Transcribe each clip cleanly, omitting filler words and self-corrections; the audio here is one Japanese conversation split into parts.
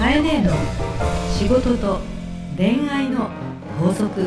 かえねえの仕事と恋愛の法則。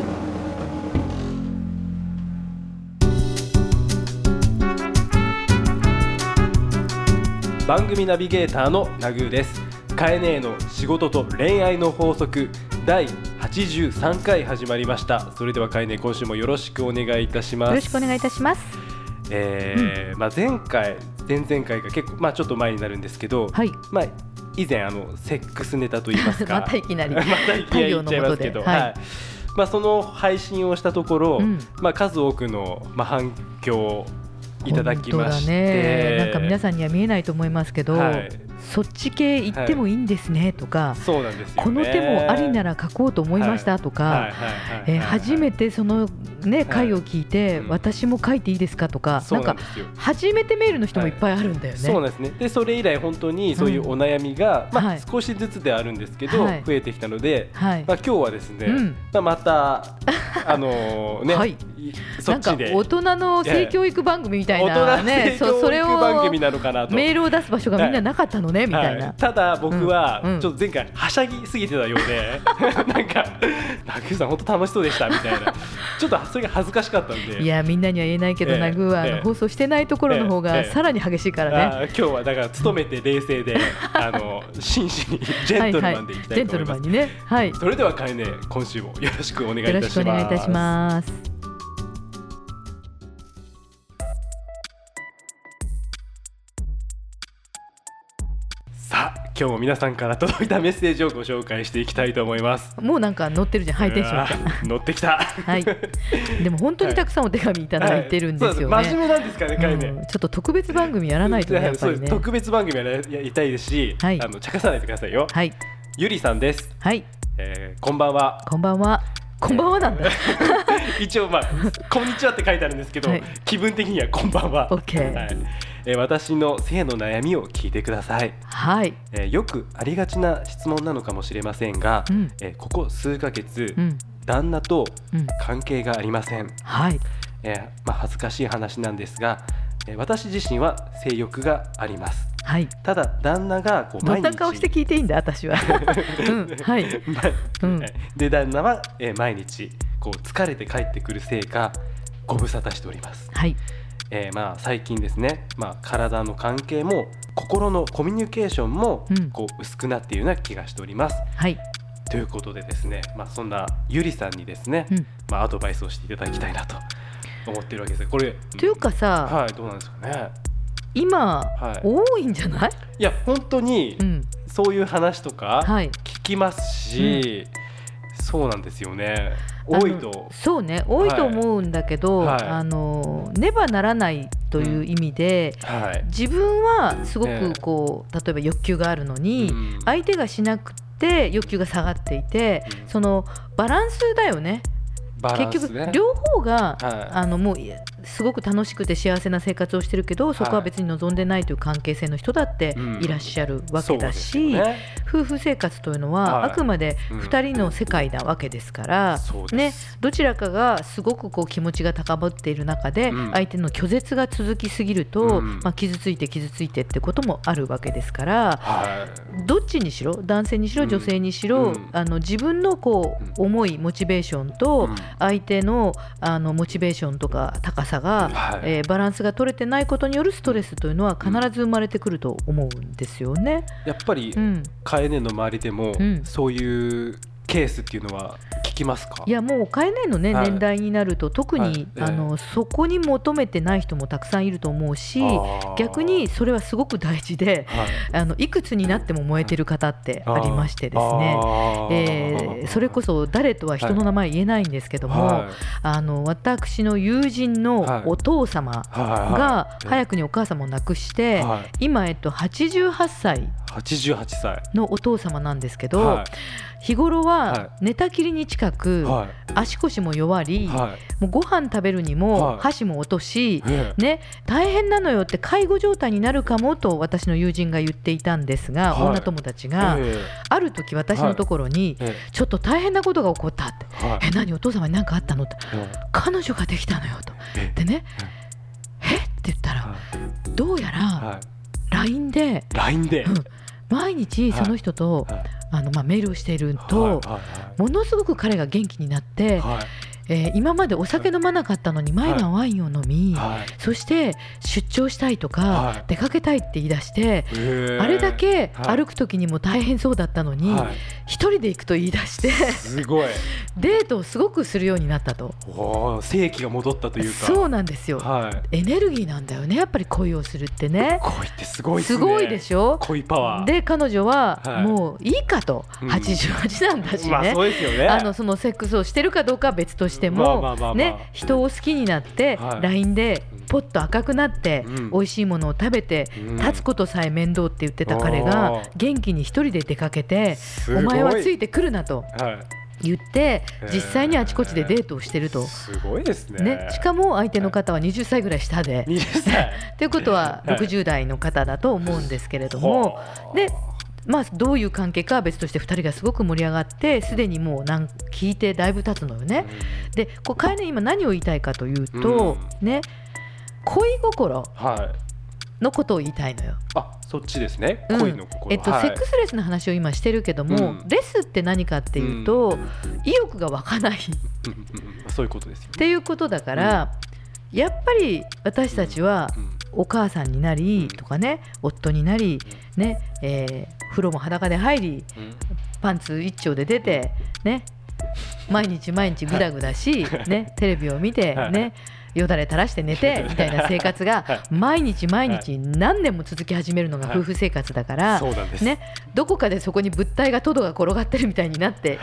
番組ナビゲーターのナグーです。かえねえの仕事と恋愛の法則第83回始まりました。それではかえねえ、今週もよろしくお願いいたします。 よろしくお願いいたします。 前回前々回が結構、ちょっと前になるんですけど、 はい、 以前セックスネタといいますかまたいきなり太陽の下で、その配信をしたところ、数多くの、反響をいただきまして、 なんか皆さんには見えないと思いますけど、そっち系行ってもいいんですねとか、 そうなんですよね、 この手もありなら書こうと思いましたとか、初めてその、回を聞いて、私も書いていいですかとか、なんか初めてメールの人もいっぱいあるんだよね。 そうなんですね。でそれ以来本当にそういうお悩みが、少しずつであるんですけど、増えてきたので、今日はですね、またそっちでなんか大人の性教育番組みたいなね、それを番組なのかなと、 メールを出す場所がみんななかったのね、みたいな。 ただ僕はちょっと前回はしゃぎすぎてたようで、なんかナグーさん本当楽しそうでしたみたいな、ちょっとそれが恥ずかしかったんで、 いやみんなには言えないけど、ナグーは放送してないところの方がさらに激しいからね。 今日はだから努めて冷静で真摯にジェントルマンでいきたいと思います。 ジェントルマンにね。はい。 それではかえね、今週もよろしくお願いいたします。 よろしくお願いいたします。 さあ、今日も皆さんから届いたメッセージをご紹介していきたいと思います。 もうなんか乗ってるじゃん、ハイテンションみたいな。 乗ってきた。はい。 でも本当にたくさんお手紙いただいてるんですよね。 真面目なんですかね、かえね。 ちょっと特別番組やらないとね、やっぱりね。 特別番組やりたいですし、茶化さないでくださいよ。はい。ゆりさんです。 はい。 こんばんは。 こんばんは。こんばんはなんだ。 一応こんにちはって書いてあるんですけど、気分的にはこんばんは。私の性の悩みを聞いてください。 はい。 よくありがちな質問なのかもしれませんが、ここ数ヶ月、旦那と関係がありません。 はい。 恥ずかしい話なんですが、私自身は性欲があります。はい、ただ旦那が毎日どんな顔して聞いていいんだ私は。はい。 で旦那は毎日疲れて帰ってくるせいかご無沙汰しております。はい。最近ですね、体の関係も心のコミュニケーションも薄くなっているような気がしております。はい。ということでですね、そんなゆりさんにですね、アドバイスをしていただきたいなと思っているわけです。これというかさ、 どうなんですかね。 今、多いんじゃない？ いや本当に、そういう話とか聞きますし、そうなんですよね。多いとそうね、多いと思うんだけど、ねばならないという意味で、自分はすごく例えば欲求があるのに、相手がしなくて欲求が下がっていて、そのバランスだよね。結局両方が、もうすごく楽しくて幸せな生活をしてるけど、そこは別に望んでないという関係性の人だっていらっしゃるわけだし、夫婦生活というのはあくまで2人の世界なわけですから、どちらかがすごく気持ちが高ぶっている中で、相手の拒絶が続きすぎると、傷ついてってこともあるわけですから、どっちにしろ男性にしろ女性にしろ、自分の思いモチベーションと相手のモチベーションとか高さが、バランスが取れてないことによるストレスというのは必ず生まれてくると思うんですよね。 やっぱり、かえねの周りでも、そういうケースっていうのは聞きますか？ いやもうかえねのね、年代になると特に、そこに求めてない人もたくさんいると思うし、逆にそれはすごく大事で、いくつになっても燃えてる方ってありましてですね、それこそ誰とは人の名前言えないんですけども、私の友人のお父様が早くにお母様を亡くして、今88歳のお父様なんですけど、日頃は寝たきりに近く、足腰も弱り、もうご飯食べるにも箸も落とし、大変なのよって介護状態になるかもと私の友人が言っていたんですが、女友達がある時私のところに、ちょっと大変なことが起こったって、何お父様に何かあったのって、彼女ができたのよと。でね、って言ったら、どうやら LINE で毎日その人とメールをしていると、ものすごく彼が元気になって、今までお酒飲まなかったのに毎晩ワインを飲み、そして出張したいとか、出かけたいって言い出して、あれだけ歩く時にも大変そうだったのに、一人で行くと言い出してすごいデートをすごくするようになったと。 正気が戻ったというか。 そうなんですよ、エネルギーなんだよね、やっぱり恋をするってね。 恋ってすごいですね。 すごいでしょ。 恋パワーで彼女はもういいかと、88なんだしね、 そうですよね。 そのセックスをしてるかどうかは別としてもね、人を好きになって LINE でポッと赤くなって美味しいものを食べて立つことさえ面倒って言ってた彼が元気に一人で出かけて、お前はついてくるなと言って実際にあちこちでデートをしてると。 すごいですね。 しかも相手の方は20歳ぐらい下でということは60代の方だと思うんですけれども、でどういう関係かは別として2人がすごく盛り上がってすでにもう聞いてだいぶ経つのよね。でかえね今何を言いたいかというと、恋心のことを言いたいのよ。 そっちですね、恋の心。 セックスレスの話を今してるけども、レスって何かっていうと、意欲が湧かないそういうことですよ、 っていうことだから、やっぱり私たちはお母さんになりとかね、夫になりね、風呂も裸で入り、パンツ一丁で出てね、毎日グダグダし、ね、テレビを見てね、よだれ垂らして寝てみたいな生活が毎日何年も続き始めるのが夫婦生活だから、ね、どこかでそこに物体がトドが転がってるみたいになっていって、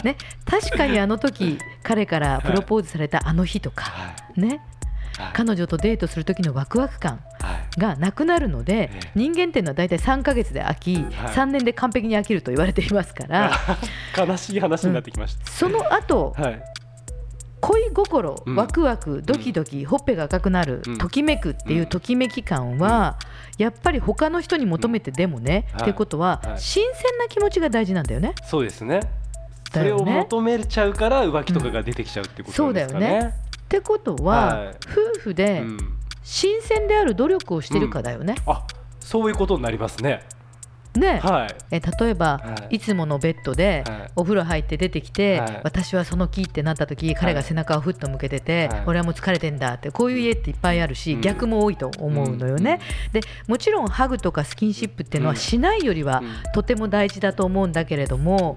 ね、確かにあの時彼からプロポーズされたあの日とか、ね、彼女とデートする時のワクワク感がなくなるので、人間っていうのはだいたい3ヶ月で飽き、3年で完璧に飽きると言われていますから悲しい話になってきました。 その後、恋心、ワクワク、ドキドキ、ほっぺが赤くなる、ときめくっていうときめき感は、やっぱり他の人に求めてでもね、っていうことは新鮮な気持ちが大事なんだよね。 そうですね。それを求めちゃうから浮気とかが出てきちゃうってことなんですかね。 そうだよね。ってことは、夫婦で新鮮である努力をしてるかだよね。 そういうことになりますね。 例えば、いつものベッドでお風呂入って出てきて、私はその気ってなった時、彼が背中をふっと向けてて、俺はもう疲れてんだって、こういう家っていっぱいあるし、逆も多いと思うのよね。でもちろんハグとかスキンシップっていうのはしないよりはとても大事だと思うんだけれども、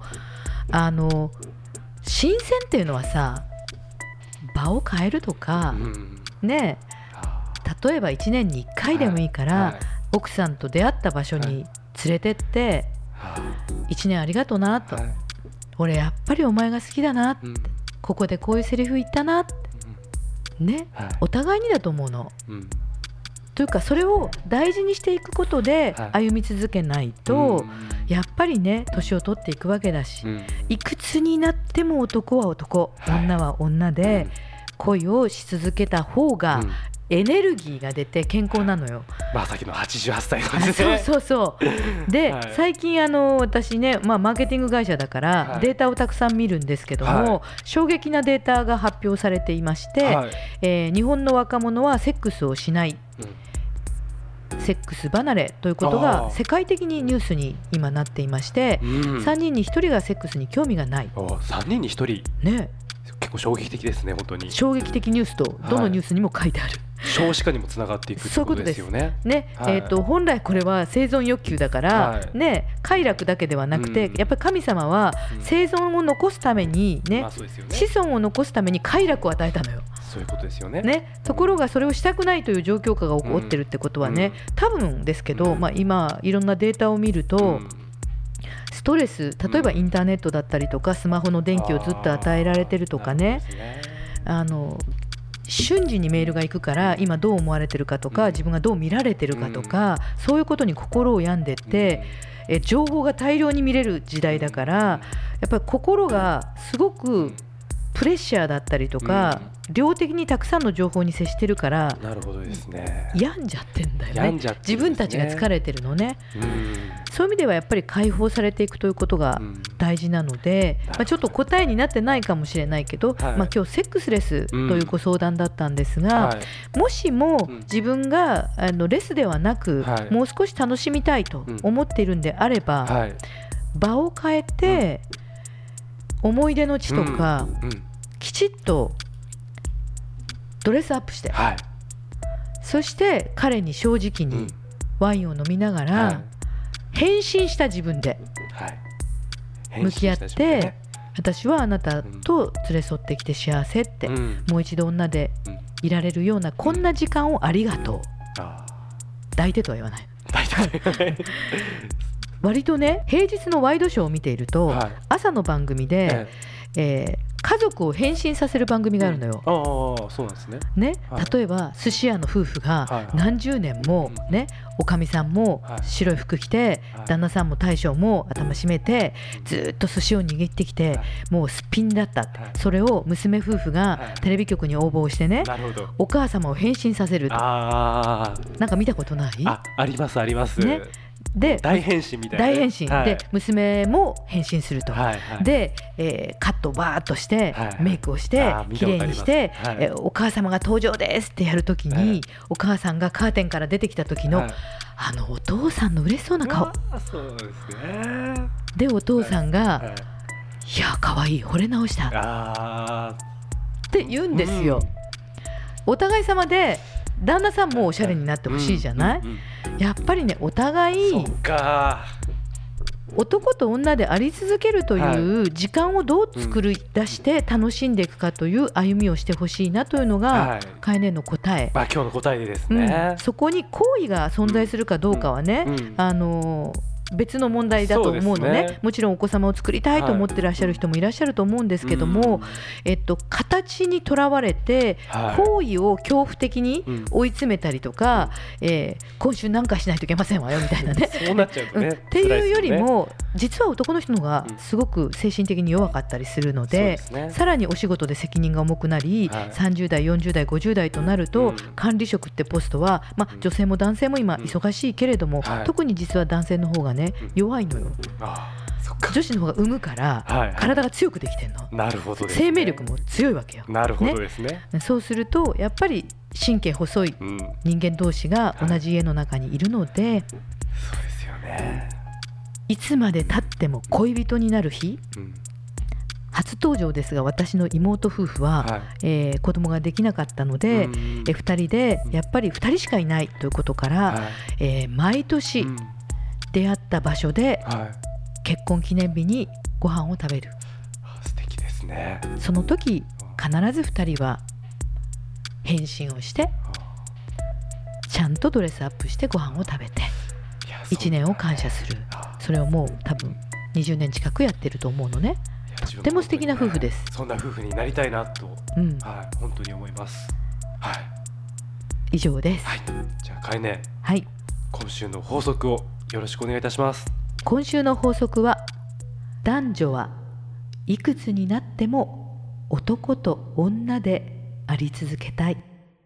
新鮮っていうのはさ、場を変えるとか、ね、例えば1年に1回でもいいから、奥さんと出会った場所に連れてって、1年ありがとうなと、俺やっぱりお前が好きだなって、ここでこういうセリフ言ったなってね、お互いにだと思うの。というか、それを大事にしていくことで歩み続けないと、やっぱりね、年を取っていくわけだし、いくつになっても男は男、女は女で恋をし続けた方がエネルギーが出て健康なのよ。 さっきの88歳のですね。 そうで、最近私ね、マーケティング会社だからデータをたくさん見るんですけども、衝撃なデータが発表されていまして、日本の若者はセックスをしない、セックス離れということが世界的にニュースに今なっていまして、3人に1人がセックスに興味がない。 3人に1人ね、結構衝撃的ですね。本当に衝撃的ニュースとどのニュースにも書いてある。 少子化にもつながっていくということですよね。 本来これは生存欲求だから、快楽だけではなくて、やっぱり神様は生存を残すために、子孫を残すために快楽を与えたのよ。 そういうことですよね。 ところがそれをしたくないという状況下が起こってるってことはね、多分ですけど、今いろんなデータを見ると、ストレス、例えばインターネットだったりとか、スマホの電気をずっと与えられてるとかね、瞬時にメールが行くから今どう思われてるかとか、自分がどう見られてるかとか、そういうことに心を病んでって、情報が大量に見れる時代だから、やっぱり心がすごくプレッシャーだったりとか、量的にたくさんの情報に接してるから、 なるほどですね、 病んじゃってんだよね。自分たちが疲れてるのね。そういう意味ではやっぱり解放されていくということが大事なので、ちょっと答えになってないかもしれないけど、今日セックスレスというご相談だったんですが、もしも自分がレスではなく、もう少し楽しみたいと思っているんであれば、 場を変えて、思い出の地とか、きちっとドレスアップして、そして彼に正直にワインを飲みながら、変身した自分で向き合って、私はあなたと連れ添ってきて幸せって、もう一度女でいられるようなこんな時間をありがとう、抱いてとは言わない割とね、平日のワイドショーを見ていると、朝の番組で、家族を変身させる番組があるのよ。 そうなんですね。 例えば寿司屋の夫婦が何十年もね、おかみさんも白い服着て、旦那さんも大将も頭締めてずっと寿司を握ってきて、もうすっぴんだったって、それを娘夫婦がテレビ局に応募してね、お母様を変身させると。なんか見たことない？ ありますありますで大変身みたいな、 大変身、で娘も変身すると、で、カットをバーッとして、メイクをして綺麗にして、お母様が登場ですってやるときに、お母さんがカーテンから出てきた時の、お父さんの嬉しそうな顔、 そうですね。 でお父さんが、いや可愛い、惚れ直したって言うんですよ。お互い様で旦那さんもおしゃれになってほしいじゃない？やっぱりね、お互い男と女であり続けるという時間をどう作り出して楽しんでいくかという歩みをしてほしいなというのがカエネの答え。 今日の答えでですね。 そこに好意が存在するかどうかはね、別の問題だと思うのね。もちろんお子様を作りたいと思ってらっしゃる人もいらっしゃると思うんですけども、形にとらわれて行為を恐怖的に追い詰めたりとか、今週なんかしないといけませんわよみたいなね、 そうなっちゃうとね、 っていうよりも実は男の人の方がすごく精神的に弱かったりするので、さらにお仕事で責任が重くなり、30代40代50代となると、管理職ってポストは、女性も男性も今忙しいけれども、特に実は男性の方がね、弱いのよ。女子の方が産むから、体が強くできてんの。 なるほどですね。 生命力も強いわけよ。 なるほどですね。 そうするとやっぱり神経細い人間同士が同じ家の中にいるので、 そうですよね。 いつまで経っても恋人になる日、初登場ですが、私の妹夫婦は、子供ができなかったので、2人でやっぱり2人しかいないということから、毎年出会った場所で、結婚記念日にご飯を食べる。 素敵ですね。 その時必ず2人は変身をして、ちゃんとドレスアップしてご飯を食べて1年を感謝する。それをもう多分20年近くやってると思うのね。とっても素敵な夫婦です。 そんな夫婦になりたいなと、本当に思います。 以上です。 じゃあカエネ、今週の法則をよろしくお願いいたします。 今週の法則は、男女はいくつになっても男と女であり続けたい。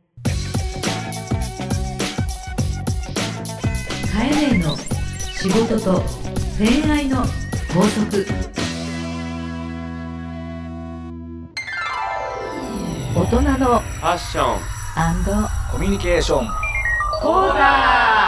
カエネの仕事と恋愛の法則。大人のファッション & コミュニケーション講座。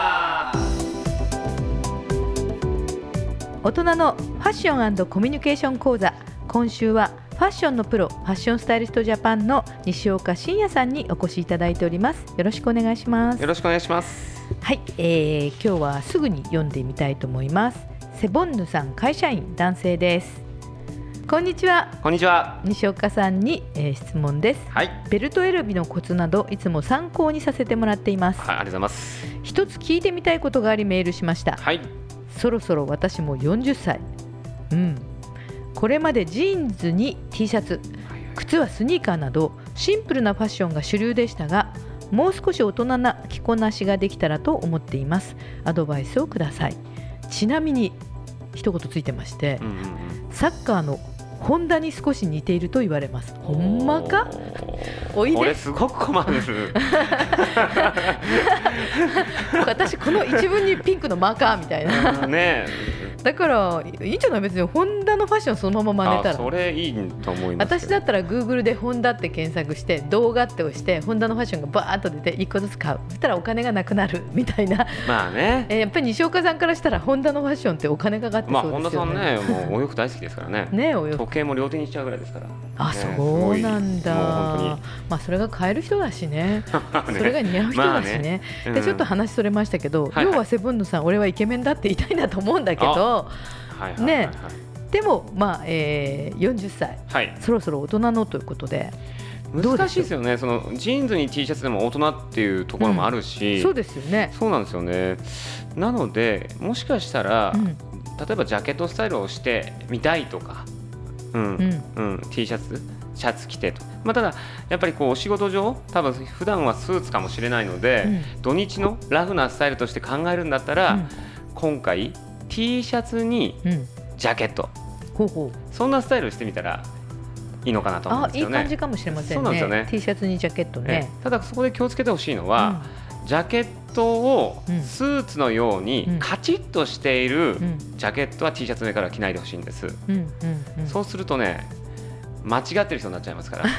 大人のファッション&コミュニケーション講座。今週はファッションのプロ、ファッションスタイリストジャパンの西岡真也さんにお越しいただいております。よろしくお願いします。 よろしくお願いします。 はい、今日はすぐに読んでみたいと思います。セボンヌさん、会社員、男性です。こんにちは。 こんにちは。 西岡さんに、質問です。ベルト選びのコツなどいつも参考にさせてもらっています。 ありがとうございます。 一つ聞いてみたいことがありメールしました。そろそろ私も40歳。これまでジーンズに T シャツ、靴はスニーカーなどシンプルなファッションが主流でしたが、もう少し大人な着こなしができたらと思っています。アドバイスをください。ちなみに一言ついてまして、サッカーの本田に少し似ていると言われます。ほんまか？おいで。 これすごく困る。 私この一文にピンクのマーカーみたいな。だからいいんじゃない？別に本田のファッションそのまま真似たら、 それいいと思いますけど。 私だったら Google でホンダって検索して動画って押してホンダのファッションがバーッと出て1個ずつ買う、そしたらお金がなくなるみたいな。 まあね、 やっぱり西岡さんからしたらホンダのファッションってお金かかってそうですよね。 まあ、本田さんね、もうお洋服大好きですからねね、お洋服時計も両手にしちゃうぐらいですから、 あ、そうなんだ。 もう本当に、 まあ、それが買える人だしねそれが似合う人だしね、でちょっと話それましたけど、要はセブンヌさん俺はイケメンだって言いたいなと思うんだけどね。でも、まあ40歳、そろそろ大人のということで難しいですよね。そのジーンズに T シャツでも大人っていうところもあるし、 そうですよね。 そうなんですよね。なのでもしかしたら、例えばジャケットスタイルをしてみたいとか、T シャツシャツ着てと、まあ、ただやっぱりこうお仕事上多分普段はスーツかもしれないので、土日のラフなスタイルとして考えるんだったら、今回 T シャツにジャケット、そんなスタイルをしてみたらいいのかなと思うんですよね。 いい感じかもしれませんね。そうなんですよね。T シャツにジャケットね。 ただそこで気をつけてほしいのは、ジャケットをスーツのようにカチッとしているジャケットは T シャツ上から着ないでほしいんです。そうするとね、間違ってる人になっちゃいますから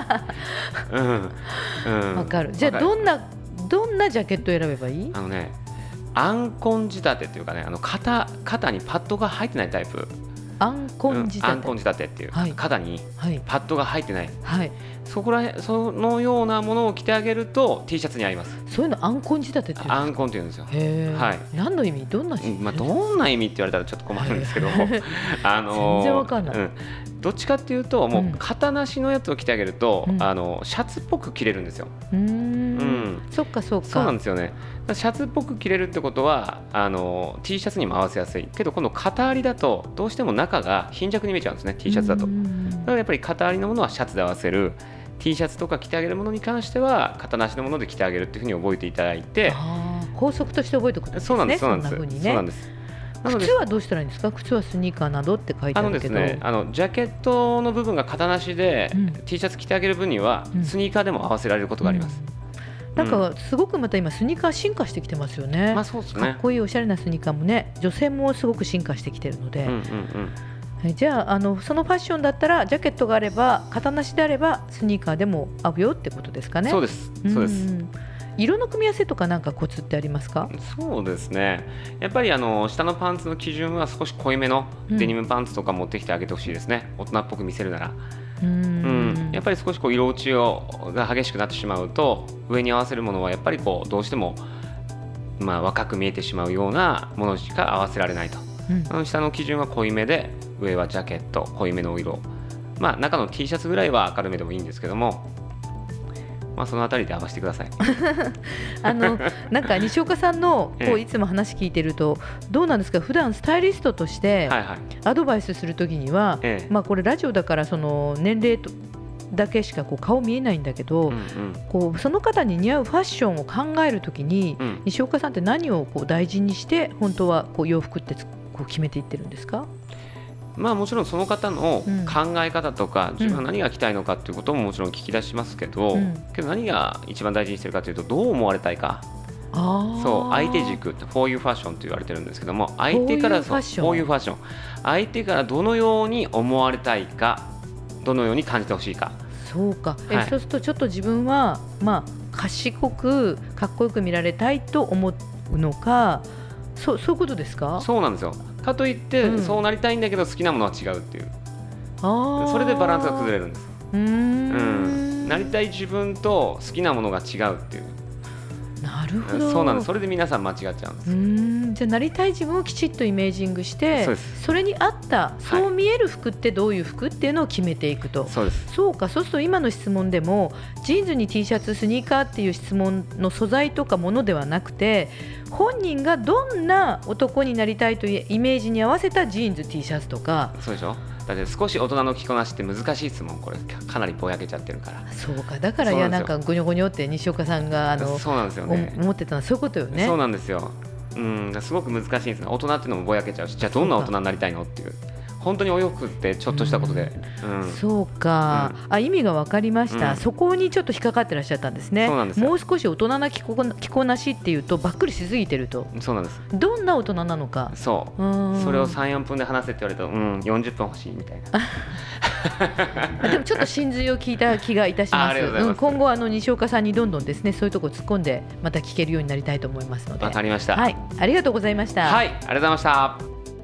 わかる。じゃあどんなジャケットを選べばいい？ アンコン仕立てっていうかね、肩にパッドが入ってないタイプ。 アンコン仕立てっていう、肩にパッドが入ってない、そのようなものを着てあげると T シャツに合います。 そういうのアンコン仕立てってアンコンって言うんですよ。 何の意味？どんな意味って言われたらちょっと困るんですけど全然わかんない。 どっちかっていうともう肩なしのやつを着てあげると、シャツっぽく着れるんですよ。 そっかそっか。 そうなんですよね。シャツっぽく着れるってことはT シャツにも合わせやすいけど、今度肩ありだとどうしても中が貧弱に見えちゃうんですね、 T シャツだと。だからやっぱり肩ありのものはシャツで合わせる、 T シャツとか着てあげるものに関しては肩なしのもので着てあげるっていうふうに覚えていただいて、 法則として覚えておくんですね。そうなんです。靴はどうしたらいいんですか？靴はスニーカーなどって書いてあるけど、 ジャケットの部分が肩なしで、T シャツ着てあげる分にはスニーカーでも合わせられることがあります。 なんかすごくまた今スニーカー進化してきてますよね。 そうですね。 かっこいいおしゃれなスニーカーもね、女性もすごく進化してきているので、じゃあそのファッションだったらジャケットがあれば肩なしであればスニーカーでも合うよってことですかね。 そうです、そうです。 色の組み合わせとかなんかコツってありますか？ そうですね、やっぱり下のパンツの基準は少し濃いめのデニムパンツとか持ってきてあげてほしいですね、大人っぽく見せるなら。やっぱり少し色落ちが激しくなってしまうと、上に合わせるものはやっぱりどうしても、若く見えてしまうようなものしか合わせられないと。下の基準は濃いめで、上はジャケット濃いめの色、中の T シャツぐらいは明るめでもいいんですけども、そのあたりで合わせてくださいなんか西岡さんのいつも話聞いてるとどうなんですか？普段スタイリストとしてアドバイスするときには、これラジオだからその年齢だけしか顔見えないんだけど、その方に似合うファッションを考えるときに、西岡さんって何を大事にして本当は洋服って決めていってるんですか？ もちろんその方の考え方とか、自分は何が着たいのかということももちろん聞き出しますけど、何が一番大事にしてるかというと、どう思われたいか。そう、相手軸って For you ファッションと言われてるんですけども、相手から For you ファッション、相手からどのように思われたいか、どのように感じてほしいか。 そうか、そうするとちょっと自分は賢くかっこよく見られたいと思うのか、そういうことですか？ そうなんですよ。かといって、そうなりたいんだけど好きなものは違うっていう、それでバランスが崩れるんです。なりたい自分と好きなものが違うっていう。 なるほど。 そうなんです。それで皆さん間違っちゃうんです。 じゃあなりたい自分をきちっとイメージングして、それに合ったそう見える服ってどういう服っていうのを決めていくと。 そうです。 そうか。そうすると今の質問でもジーンズに T シャツスニーカーっていう質問の素材とかものではなくて、本人がどんな男になりたいというイメージに合わせたジーンズ T シャツとか。 そうでしょ。だって少し大人の着こなしって難しい質問、これかなりぼやけちゃってるから。 そうか。だからなんかゴニョゴニョって西岡さんがそうなんですよね、 思ってたのはそういうことよね。 そうなんですよ。すごく難しいんですね。大人っていうのもぼやけちゃうし、じゃあどんな大人になりたいのっていう、 本当にお洋服ってちょっとしたことで、 そうか、意味が分かりました、そこにちょっと引っかかってらっしゃったんですね。 そうなんですよ。 もう少し大人な着こなしっていうとばっくりしすぎてると。 そうなんです。 どんな大人なのか。 そう、それを 3,4 分で話せって言われると、40分欲しいみたいなでもちょっと真髄を聞いた気がいたします。今後西岡さんにどんどんですね、そういうところ突っ込んでまた聞けるようになりたいと思いますので。 わかりました。 はい、ありがとうございました。 はい、ありがとうございました。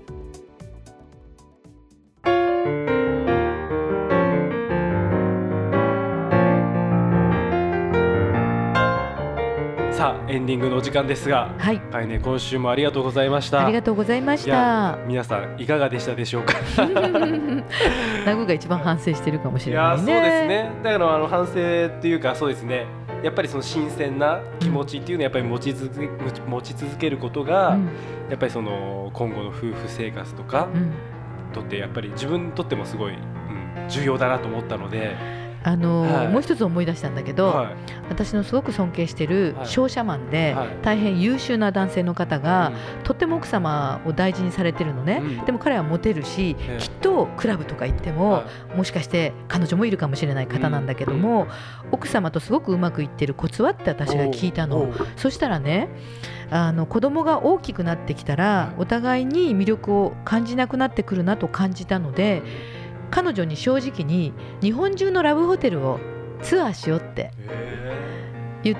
さあエンディングのお時間ですが、 はい、 今週もありがとうございました。 ありがとうございました。 皆さんいかがでしたでしょうか。 ナグが一番反省してるかもしれないね。 そうですね。だから反省っていうか、そうですね、やっぱりその新鮮な気持ちっていうのをやっぱり持ち続けることが、やっぱりその今後の夫婦生活とかとってやっぱり自分にとってもすごい、重要だなと思ったので、 もう一つ思い出したんだけど、私のすごく尊敬している商社マンで、大変優秀な男性の方が、とっても奥様を大事にされてるのね、でも彼はモテるし、きっとクラブとか行っても、もしかして彼女もいるかもしれない方なんだけども、奥様とすごくうまくいってるコツはって私が聞いたの。そしたらね、子供が大きくなってきたらお互いに魅力を感じなくなってくるなと感じたので、彼女に正直に日本中のラブホテルをツアーしようって言って、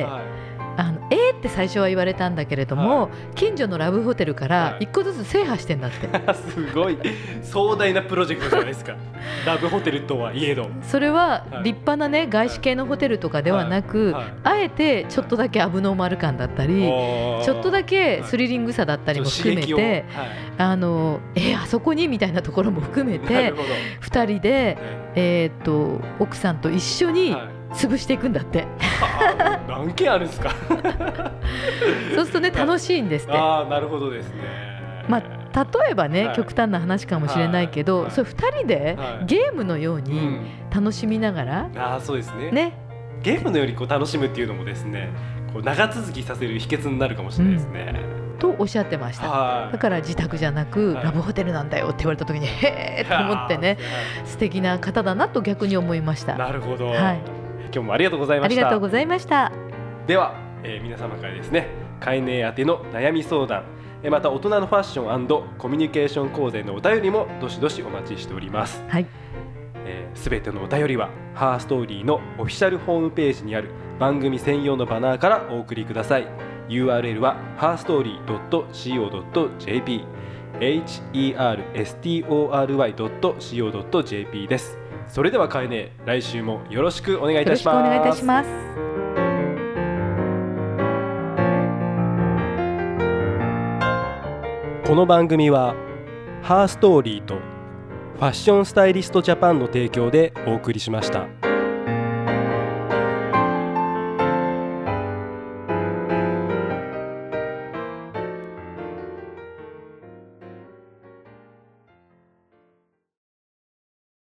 って最初は言われたんだけれども、近所のラブホテルから一個ずつ制覇してんだって。 すごい壮大なプロジェクトじゃないですか。ラブホテルとはいえど、 それは立派なね、外資系のホテルとかではなく、あえてちょっとだけアブノーマル感だったり、ちょっとだけスリリングさだったりも含めて、あそこにみたいなところも含めて2人で、奥さんと一緒に潰していくんだって。 何件あるんですか。 そうするとね、楽しいんですって。 なるほどですね。 例えばね、極端な話かもしれないけど、それ2人でゲームのように楽しみながら、 そうですね。ゲームのように楽しむっていうのもですね、長続きさせる秘訣になるかもしれないですね。 とおっしゃってました。だから自宅じゃなくラブホテルなんだよって言われた時に、へーと思ってね、素敵な方だなと逆に思いました。 なるほど。今日もありがとうございました。 ありがとうございました。 では、皆様からですね、飼い主宛ての悩み相談、また大人のファッション&コミュニケーション講座のお便りもどしどしお待ちしております。 はい。 すべてのお便りはハーストーリーのオフィシャルホームページにある番組専用のバナーからお送りください。 URL は herstory.co.jp herstory.co.jp です。それではかえね、来週もよろしくお願いいたします。 よろしくお願いいたします。 この番組はハーストーリーとファッションスタイリストジャパンの提供でお送りしました。